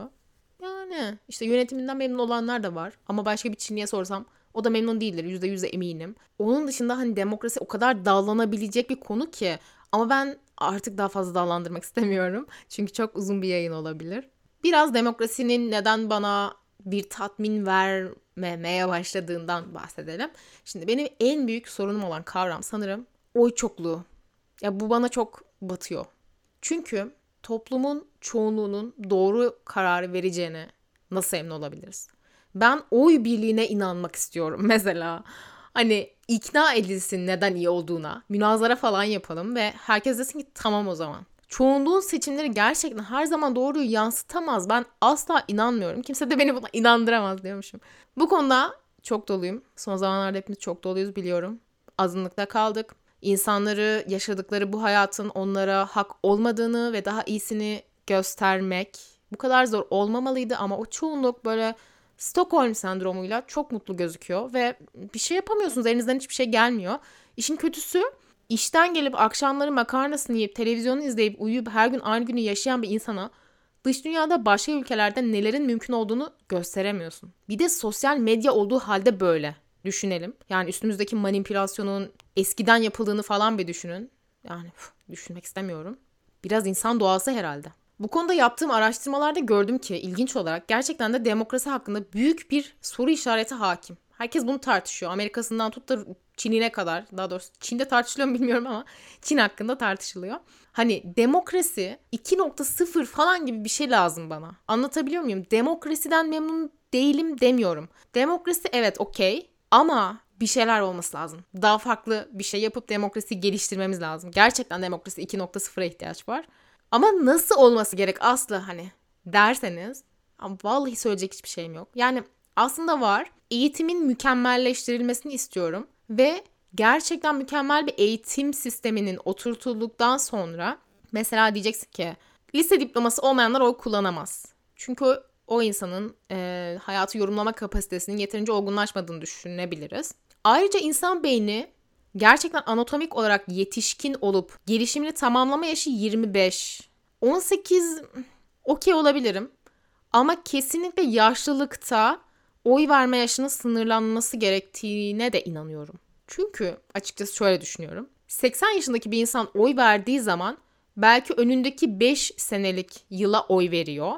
Yani işte yönetiminden memnun olanlar da var. Ama başka bir Çinliye sorsam o da memnun değildir. Yüzde yüze eminim. Onun dışında hani demokrasi o kadar dallanabilecek bir konu ki. Ama ben artık daha fazla dallandırmak istemiyorum. Çünkü çok uzun bir yayın olabilir. Biraz demokrasinin neden bana bir tatmin vermemeye başladığından bahsedelim. Şimdi benim en büyük sorunum olan kavram sanırım oy çokluğu. Ya bu bana çok batıyor. Çünkü toplumun çoğunluğunun doğru kararı vereceğine nasıl emin olabiliriz? Ben oy birliğine inanmak istiyorum mesela. Hani ikna edilsin neden iyi olduğuna. Münazara falan yapalım ve herkes desin ki tamam o zaman. Çoğunluğun seçimleri gerçekten her zaman doğruyu yansıtamaz. Ben asla inanmıyorum. Kimse de beni buna inandıramaz diyormuşum. Bu konuda çok doluyum. Son zamanlarda hepimiz çok doluyuz biliyorum. Azınlıkta kaldık. İnsanları yaşadıkları bu hayatın onlara hak olmadığını ve daha iyisini göstermek bu kadar zor olmamalıydı ama o çoğunluk böyle Stockholm sendromuyla çok mutlu gözüküyor ve bir şey yapamıyorsunuz. Elinizden hiçbir şey gelmiyor. İşin kötüsü işten gelip akşamları makarnasını yiyip televizyonu izleyip uyuyup her gün aynı günü yaşayan bir insana dış dünyada başka ülkelerde nelerin mümkün olduğunu gösteremiyorsun. Bir de sosyal medya olduğu halde böyle düşünelim. Yani üstümüzdeki manipülasyonun eskiden yapıldığını falan bir düşünün. Yani üf, düşünmek istemiyorum. Biraz insan doğası herhalde. Bu konuda yaptığım araştırmalarda gördüm ki ilginç olarak gerçekten de demokrasi hakkında büyük bir soru işareti hakim. Herkes bunu tartışıyor. Amerika'sından tut da Çin'ine kadar, daha doğrusu Çin'de tartışılıyor mu bilmiyorum ama Çin hakkında tartışılıyor. Hani demokrasi iki nokta sıfır falan gibi bir şey lazım bana. Anlatabiliyor muyum? Demokrasiden memnun değilim demiyorum. Demokrasi evet okey ama bir şeyler olması lazım. Daha farklı bir şey yapıp demokrasiyi geliştirmemiz lazım. Gerçekten demokrasi iki nokta sıfıra ihtiyaç var. Ama nasıl olması gerek Aslı hani derseniz vallahi söyleyecek hiçbir şeyim yok. Yani aslında var. Eğitimin mükemmelleştirilmesini istiyorum ve gerçekten mükemmel bir eğitim sisteminin oturtulduktan sonra mesela diyeceksin ki lise diploması olmayanlar oy kullanamaz. Çünkü o, o insanın e, hayatı yorumlama kapasitesinin yeterince olgunlaşmadığını düşünebiliriz. Ayrıca insan beyni gerçekten anatomik olarak yetişkin olup gelişimini tamamlama yaşı yirmi beş. on sekiz okey olabilirim. Ama kesinlikle yaşlılıkta oy verme yaşının sınırlanması gerektiğine de inanıyorum. Çünkü açıkçası şöyle düşünüyorum. seksen yaşındaki bir insan oy verdiği zaman belki önündeki beş senelik yıla oy veriyor.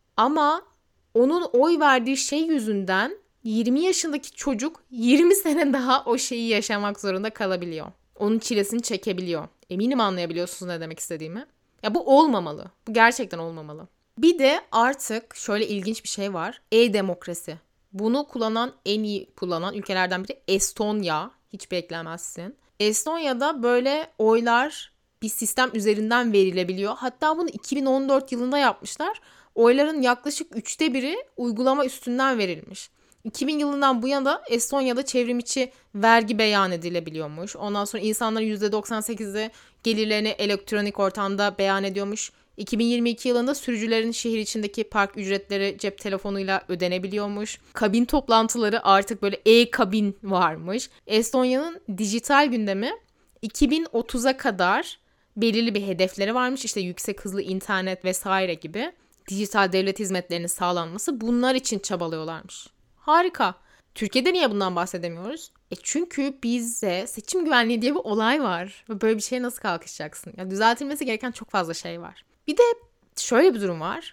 Ama onun oy verdiği şey yüzünden yirmi yaşındaki çocuk yirmi sene daha o şeyi yaşamak zorunda kalabiliyor. Onun çilesini çekebiliyor. Eminim anlayabiliyorsunuz ne demek istediğimi. Ya bu olmamalı. Bu gerçekten olmamalı. Bir de artık şöyle ilginç bir şey var. E-demokrasi. Bunu kullanan, en iyi kullanan ülkelerden biri Estonya. Hiç beklemezsin. Estonya'da böyle oylar bir sistem üzerinden verilebiliyor. Hatta bunu iki bin on dört yılında yapmışlar. Oyların yaklaşık üçte biri uygulama üstünden verilmiş. iki bin yılından bu yana Estonya'da çevrimiçi vergi beyan edilebiliyormuş. Ondan sonra insanların yüzde doksan sekizi gelirlerini elektronik ortamda beyan ediyormuş. iki bin yirmi iki yılında sürücülerin şehir içindeki park ücretleri cep telefonuyla ödenebiliyormuş. Kabin toplantıları artık böyle e-kabin varmış. Estonya'nın dijital gündemi iki bin otuza kadar belirli bir hedefleri varmış. İşte yüksek hızlı internet vesaire gibi dijital devlet hizmetlerinin sağlanması, bunlar için çabalıyorlarmış. Harika. Türkiye'de niye bundan bahsedemiyoruz? E çünkü bizde seçim güvenliği diye bir olay var. Ve böyle bir şeye nasıl kalkışacaksın? Ya düzeltilmesi gereken çok fazla şey var. Bir de şöyle bir durum var.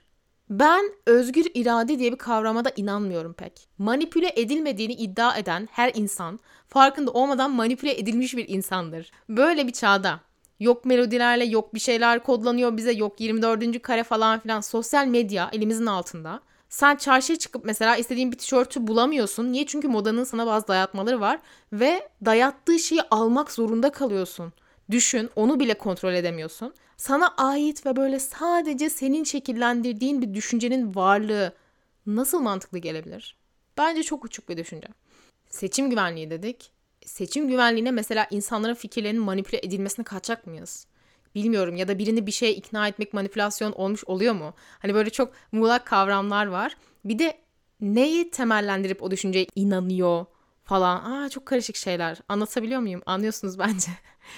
Ben özgür irade diye bir kavrama da inanmıyorum pek. Manipüle edilmediğini iddia eden her insan farkında olmadan manipüle edilmiş bir insandır. Böyle bir çağda yok melodilerle, yok bir şeyler kodlanıyor bize, yok yirmi dördüncü kare falan filan, sosyal medya elimizin altında. Sen çarşıya çıkıp mesela istediğin bir tişörtü bulamıyorsun. Niye? Çünkü modanın sana bazı dayatmaları var ve dayattığı şeyi almak zorunda kalıyorsun. Düşün, onu bile kontrol edemiyorsun. Sana ait ve böyle sadece senin şekillendirdiğin bir düşüncenin varlığı nasıl mantıklı gelebilir? Bence çok uçuk bir düşünce. Seçim güvenliği dedik. Seçim güvenliğine mesela insanların fikirlerinin manipüle edilmesine kaçacak mıyız? Bilmiyorum, ya da birini bir şeye ikna etmek manipülasyon olmuş oluyor mu? Hani böyle çok muğlak kavramlar var. Bir de neyi temellendirip o düşünceye inanıyor falan. Aa, çok karışık şeyler. Anlatabiliyor muyum? Anlıyorsunuz bence.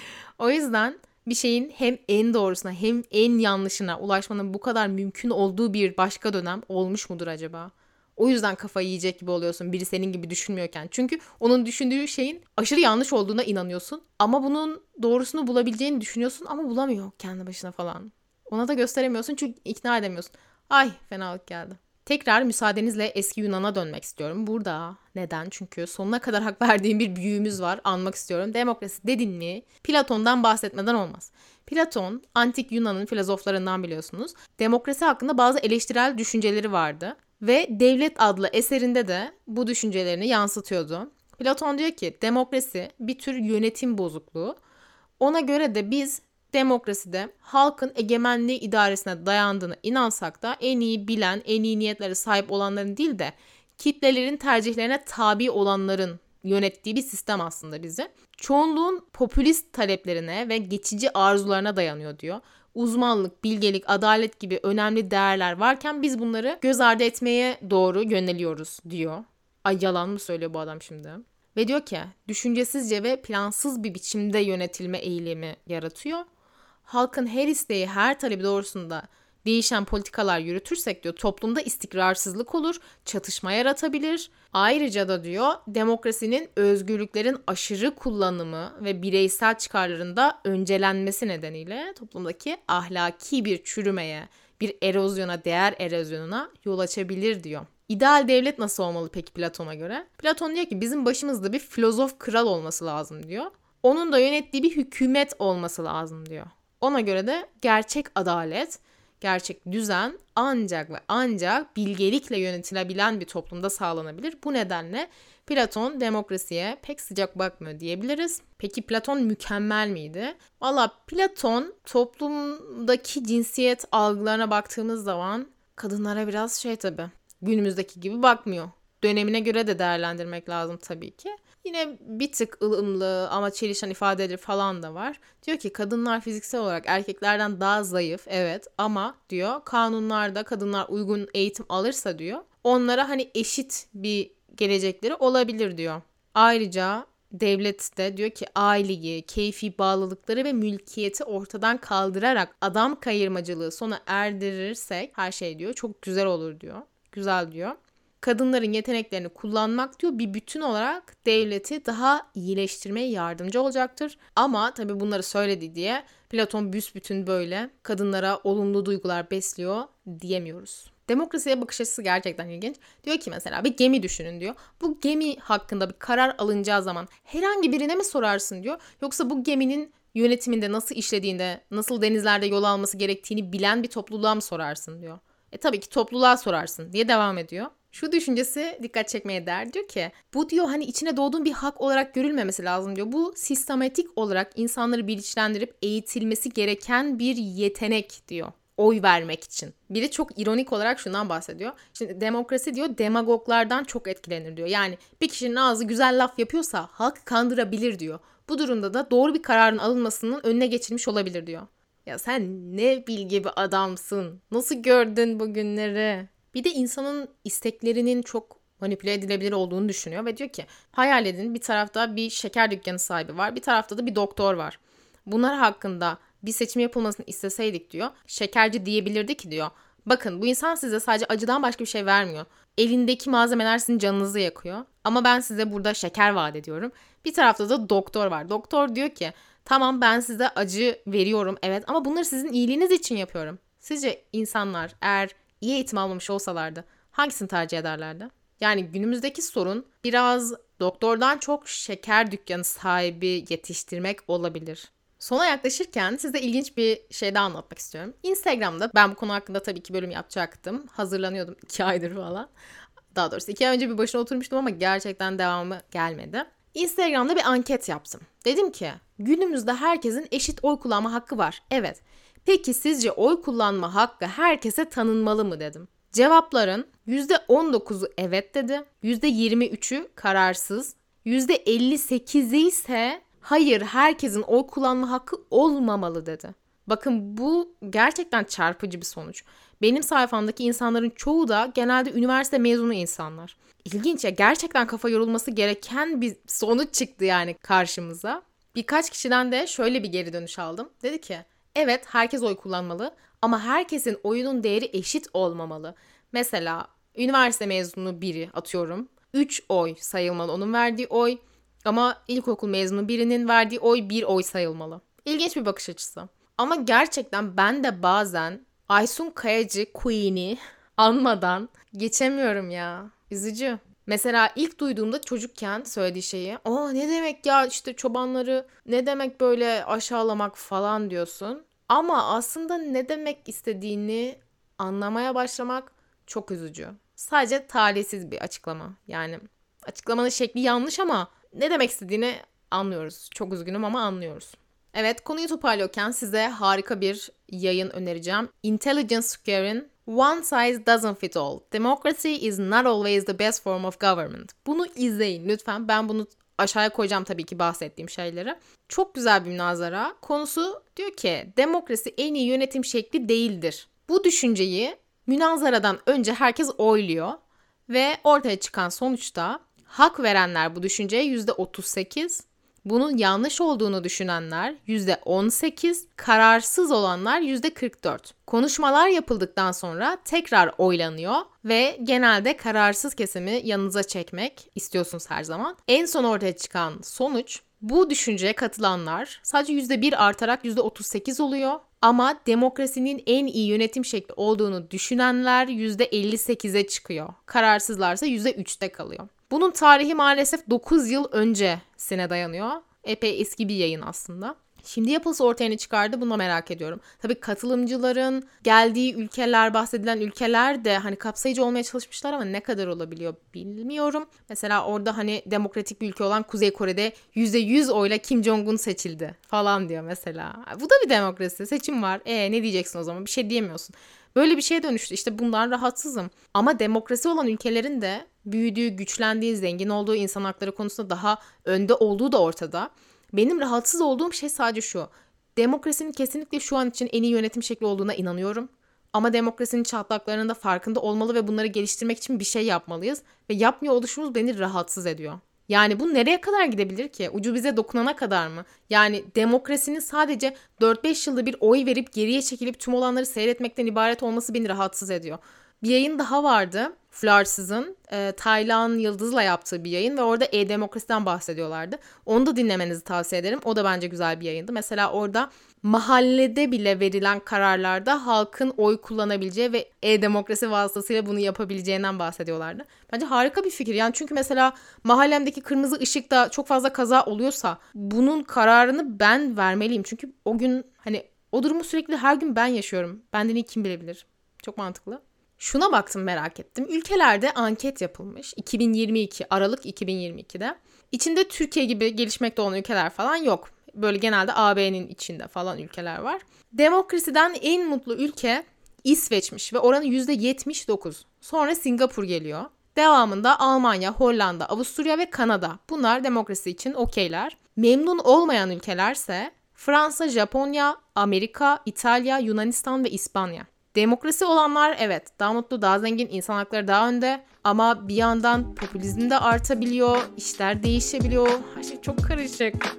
O yüzden bir şeyin hem en doğrusuna hem en yanlışına ulaşmanın bu kadar mümkün olduğu bir başka dönem olmuş mudur acaba? O yüzden kafayı yiyecek gibi oluyorsun biri senin gibi düşünmüyorken. Çünkü onun düşündüğü şeyin aşırı yanlış olduğuna inanıyorsun. Ama bunun doğrusunu bulabileceğini düşünüyorsun ama bulamıyor kendi başına falan. Ona da gösteremiyorsun çünkü ikna edemiyorsun. Ay, fenalık geldi. Tekrar müsaadenizle eski Yunan'a dönmek istiyorum. Burada neden? Çünkü sonuna kadar hak verdiğim bir büyüğümüz var. Anmak istiyorum. Demokrasi dedin mi Platon'dan bahsetmeden olmaz. Platon, antik Yunan'ın filozoflarından biliyorsunuz. Demokrasi hakkında bazı eleştirel düşünceleri vardı. Ve Devlet adlı eserinde de bu düşüncelerini yansıtıyordu. Platon diyor ki demokrasi bir tür yönetim bozukluğu. Ona göre de biz demokraside halkın egemenliği idaresine dayandığına inansak da en iyi bilen, en iyi niyetlere sahip olanların değil de kitlelerin tercihlerine tabi olanların yönettiği bir sistem aslında bizi. Çoğunluğun popülist taleplerine ve geçici arzularına dayanıyor diyor. Uzmanlık, bilgelik, adalet gibi önemli değerler varken biz bunları göz ardı etmeye doğru yöneliyoruz diyor. Ay, yalan mı söylüyor bu adam şimdi? Ve diyor ki düşüncesizce ve plansız bir biçimde yönetilme eğilimi yaratıyor. Halkın her isteği, her talebi doğrusunda değişen politikalar yürütürsek diyor toplumda istikrarsızlık olur, çatışma yaratabilir. Ayrıca da diyor demokrasinin özgürlüklerin aşırı kullanımı ve bireysel çıkarların da öncelenmesi nedeniyle toplumdaki ahlaki bir çürümeye, bir erozyona, değer erozyonuna yol açabilir diyor. İdeal devlet nasıl olmalı peki Platon'a göre? Platon diyor ki bizim başımızda bir filozof kral olması lazım diyor. Onun da yönettiği bir hükümet olması lazım diyor. Ona göre de gerçek adalet, gerçek düzen ancak ve ancak bilgelikle yönetilebilen bir toplumda sağlanabilir. Bu nedenle Platon demokrasiye pek sıcak bakmıyor diyebiliriz. Peki Platon mükemmel miydi? Valla Platon toplumdaki cinsiyet algılarına baktığımız zaman kadınlara biraz şey tabii günümüzdeki gibi bakmıyor. Dönemine göre de değerlendirmek lazım tabii ki. Yine bir tık ılımlı ama çelişen ifadeleri falan da var. Diyor ki kadınlar fiziksel olarak erkeklerden daha zayıf, evet, ama diyor kanunlarda kadınlar uygun eğitim alırsa diyor onlara hani eşit bir gelecekleri olabilir diyor. Ayrıca devlet de diyor ki aileyi, keyfi bağlılıkları ve mülkiyeti ortadan kaldırarak adam kayırmacılığı sona erdirirsek her şey diyor çok güzel olur diyor. Güzel diyor. Kadınların yeteneklerini kullanmak diyor bir bütün olarak devleti daha iyileştirmeye yardımcı olacaktır. Ama tabii bunları söyledi diye Platon büsbütün böyle kadınlara olumlu duygular besliyor diyemiyoruz. Demokrasiye bakış açısı gerçekten ilginç. Diyor ki mesela bir gemi düşünün diyor. Bu gemi hakkında bir karar alınacağı zaman herhangi birine mi sorarsın diyor. Yoksa bu geminin yönetiminde nasıl işlediğinde, nasıl denizlerde yol alması gerektiğini bilen bir topluluğa mı sorarsın diyor. E tabii ki topluluğa sorarsın diye devam ediyor. Şu düşüncesi dikkat çekmeye değer, diyor ki bu diyor hani içine doğduğun bir hak olarak görülmemesi lazım diyor. Bu sistematik olarak insanları bilinçlendirip eğitilmesi gereken bir yetenek diyor. Oy vermek için. Biri çok ironik olarak şundan bahsediyor. Şimdi demokrasi diyor demagoglardan çok etkilenir diyor. Yani bir kişinin ağzı güzel laf yapıyorsa halk kandırabilir diyor. Bu durumda da doğru bir kararın alınmasının önüne geçilmiş olabilir diyor. Ya sen ne bilgi bir adamsın. Nasıl gördün bu günleri? Bir de insanın isteklerinin çok manipüle edilebilir olduğunu düşünüyor ve diyor ki hayal edin bir tarafta bir şeker dükkanı sahibi var, bir tarafta da bir doktor var. Bunlar hakkında bir seçim yapılmasını isteseydik diyor, şekerci diyebilirdi ki diyor, bakın bu insan size sadece acıdan başka bir şey vermiyor. Elindeki malzemeler sizin canınızı yakıyor ama ben size burada şeker vaat ediyorum. Bir tarafta da doktor var. Doktor diyor ki tamam ben size acı veriyorum evet ama bunları sizin iyiliğiniz için yapıyorum. Sizce insanlar eğer iyi eğitim almamış olsalardı hangisini tercih ederlerdi? Yani günümüzdeki sorun biraz doktordan çok şeker dükkanı sahibi yetiştirmek olabilir. Sona yaklaşırken size ilginç bir şey daha anlatmak istiyorum. Instagram'da ben bu konu hakkında tabii ki bölüm yapacaktım. Hazırlanıyordum iki aydır falan. Daha doğrusu iki ay önce bir başına oturmuştum ama gerçekten devamı gelmedi. Instagram'da bir anket yaptım. Dedim ki günümüzde herkesin eşit oy kullanma hakkı var. Evet. Peki sizce oy kullanma hakkı herkese tanınmalı mı dedim. Cevapların yüzde on dokuzu evet dedi. yüzde yirmi üçü kararsız. yüzde elli sekizi ise hayır herkesin oy kullanma hakkı olmamalı dedi. Bakın bu gerçekten çarpıcı bir sonuç. Benim sayfamdaki insanların çoğu da genelde üniversite mezunu insanlar. İlginç ya, gerçekten kafa yorulması gereken bir sonuç çıktı yani karşımıza. Birkaç kişiden de şöyle bir geri dönüş aldım. Dedi ki evet herkes oy kullanmalı ama herkesin oyunun değeri eşit olmamalı. Mesela üniversite mezunu biri atıyorum üç oy sayılmalı onun verdiği oy ama ilkokul mezunu birinin verdiği oy bir oy sayılmalı. İlginç bir bakış açısı. Ama gerçekten ben de bazen Aysun Kayacı Queen'i anmadan geçemiyorum ya. Üzücü. Mesela ilk duyduğumda çocukken söylediği şeyi, "Aa ne demek ya işte çobanları ne demek böyle aşağılamak falan diyorsun." Ama aslında ne demek istediğini anlamaya başlamak çok üzücü. Sadece talihsiz bir açıklama. Yani açıklamanın şekli yanlış ama ne demek istediğini anlıyoruz. Çok üzgünüm ama anlıyoruz. Evet, konuyu toparlıyorken size harika bir yayın önereceğim. Intelligence Square'in One Size Doesn't Fit All. Democracy is not always the best form of government. Bunu izleyin lütfen. Ben bunu aşağıya koyacağım tabii ki bahsettiğim şeyleri. Çok güzel bir münazara. Konusu diyor ki demokrasi en iyi yönetim şekli değildir. Bu düşünceyi münazaradan önce herkes oyluyor ve ortaya çıkan sonuçta hak verenler bu düşünceye yüzde otuz sekiz, bunun yanlış olduğunu düşünenler yüzde on sekiz, kararsız olanlar yüzde kırk dört. Konuşmalar yapıldıktan sonra tekrar oylanıyor ve genelde kararsız kesimi yanınıza çekmek istiyorsunuz her zaman. En son ortaya çıkan sonuç bu düşünceye katılanlar sadece yüzde bir artarak yüzde otuz sekiz oluyor. Ama demokrasinin en iyi yönetim şekli olduğunu düşünenler yüzde elli sekize çıkıyor. Kararsızlarsa yüzde üçte kalıyor. Bunun tarihi maalesef dokuz yıl öncesine dayanıyor. Epey eski bir yayın aslında. Şimdi yapılsa ortaya ne çıkardı bunu merak ediyorum. Tabii katılımcıların geldiği ülkeler, bahsedilen ülkeler de hani kapsayıcı olmaya çalışmışlar ama ne kadar olabiliyor bilmiyorum. Mesela orada hani demokratik bir ülke olan Kuzey Kore'de yüzde yüz oyla Kim Jong-un seçildi falan diyor mesela. Bu da bir demokrasi. Seçim var. E ne diyeceksin o zaman? Bir şey diyemiyorsun. Böyle bir şeye dönüştü. İşte bundan rahatsızım. Ama demokrasi olan ülkelerin de büyüdüğü, güçlendiği, zengin olduğu, insan hakları konusunda daha önde olduğu da ortada. Benim rahatsız olduğum şey sadece şu. Demokrasinin kesinlikle şu an için en iyi yönetim şekli olduğuna inanıyorum. Ama demokrasinin çatlaklarının da farkında olmalı ve bunları geliştirmek için bir şey yapmalıyız. Ve yapmıyor oluşumuz beni rahatsız ediyor. Yani bu nereye kadar gidebilir ki? Ucu bize dokunana kadar mı? Yani demokrasinin sadece dört beş yılda bir oy verip geriye çekilip tüm olanları seyretmekten ibaret olması beni rahatsız ediyor. Bir yayın daha vardı. Flarsız'ın e, Taylan Yıldız'la yaptığı bir yayın ve orada e-demokrasiden bahsediyorlardı. Onu da dinlemenizi tavsiye ederim. O da bence güzel bir yayındı. Mesela orada mahallede bile verilen kararlarda halkın oy kullanabileceği ve e-demokrasi vasıtasıyla bunu yapabileceğinden bahsediyorlardı. Bence harika bir fikir. Yani çünkü mesela mahallemdeki kırmızı ışıkta çok fazla kaza oluyorsa bunun kararını ben vermeliyim. Çünkü o gün hani o durumu sürekli her gün ben yaşıyorum. Benden iyi kim bilebilir? Çok mantıklı. Şuna baktım, merak ettim. Ülkelerde anket yapılmış. iki bin yirmi iki, Aralık iki bin yirmi ikide. İçinde Türkiye gibi gelişmekte olan ülkeler falan yok. Böyle genelde A B'nin içinde falan ülkeler var. Demokrasiden en mutlu ülke İsveç'miş ve oranı yüzde yetmiş dokuz. Sonra Singapur geliyor. Devamında Almanya, Hollanda, Avusturya ve Kanada. Bunlar demokrasi için okeyler. Memnun olmayan ülkelerse Fransa, Japonya, Amerika, İtalya, Yunanistan ve İspanya. Demokrasi olanlar evet daha mutlu, daha zengin, insan hakları daha önde ama bir yandan popülizm de artabiliyor, işler değişebiliyor, her şey çok karışık.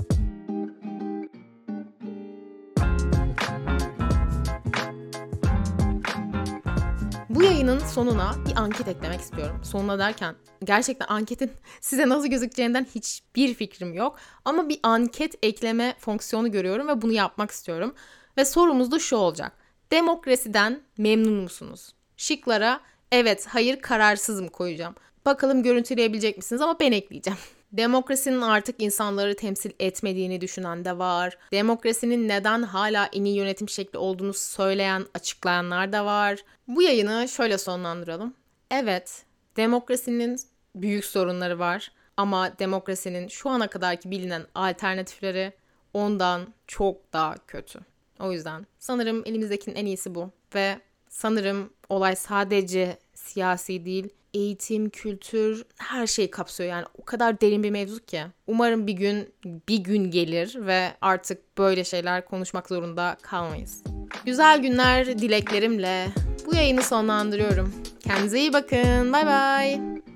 Bu yayının sonuna bir anket eklemek istiyorum. Sonuna derken gerçekten anketin size nasıl gözükeceğinden hiçbir fikrim yok. Ama bir anket ekleme fonksiyonu görüyorum ve bunu yapmak istiyorum. Ve sorumuz da şu olacak. Demokrasiden memnun musunuz? Şıklara evet, hayır, kararsızım koyacağım. Bakalım görüntüleyebilecek misiniz, ama ben ekleyeceğim. Demokrasinin artık insanları temsil etmediğini düşünen de var. Demokrasinin neden hala en iyi yönetim şekli olduğunu söyleyen, açıklayanlar da var. Bu yayını şöyle sonlandıralım. Evet, demokrasinin büyük sorunları var. Ama demokrasinin şu ana kadarki bilinen alternatifleri ondan çok daha kötü. O yüzden sanırım elimizdekinin en iyisi bu. Ve sanırım olay sadece siyasi değil, eğitim, kültür, her şeyi kapsıyor. Yani o kadar derin bir mevzu ki. Umarım bir gün bir gün gelir ve artık böyle şeyler konuşmak zorunda kalmayız. Güzel günler dileklerimle bu yayını sonlandırıyorum. Kendinize iyi bakın. Bay bay.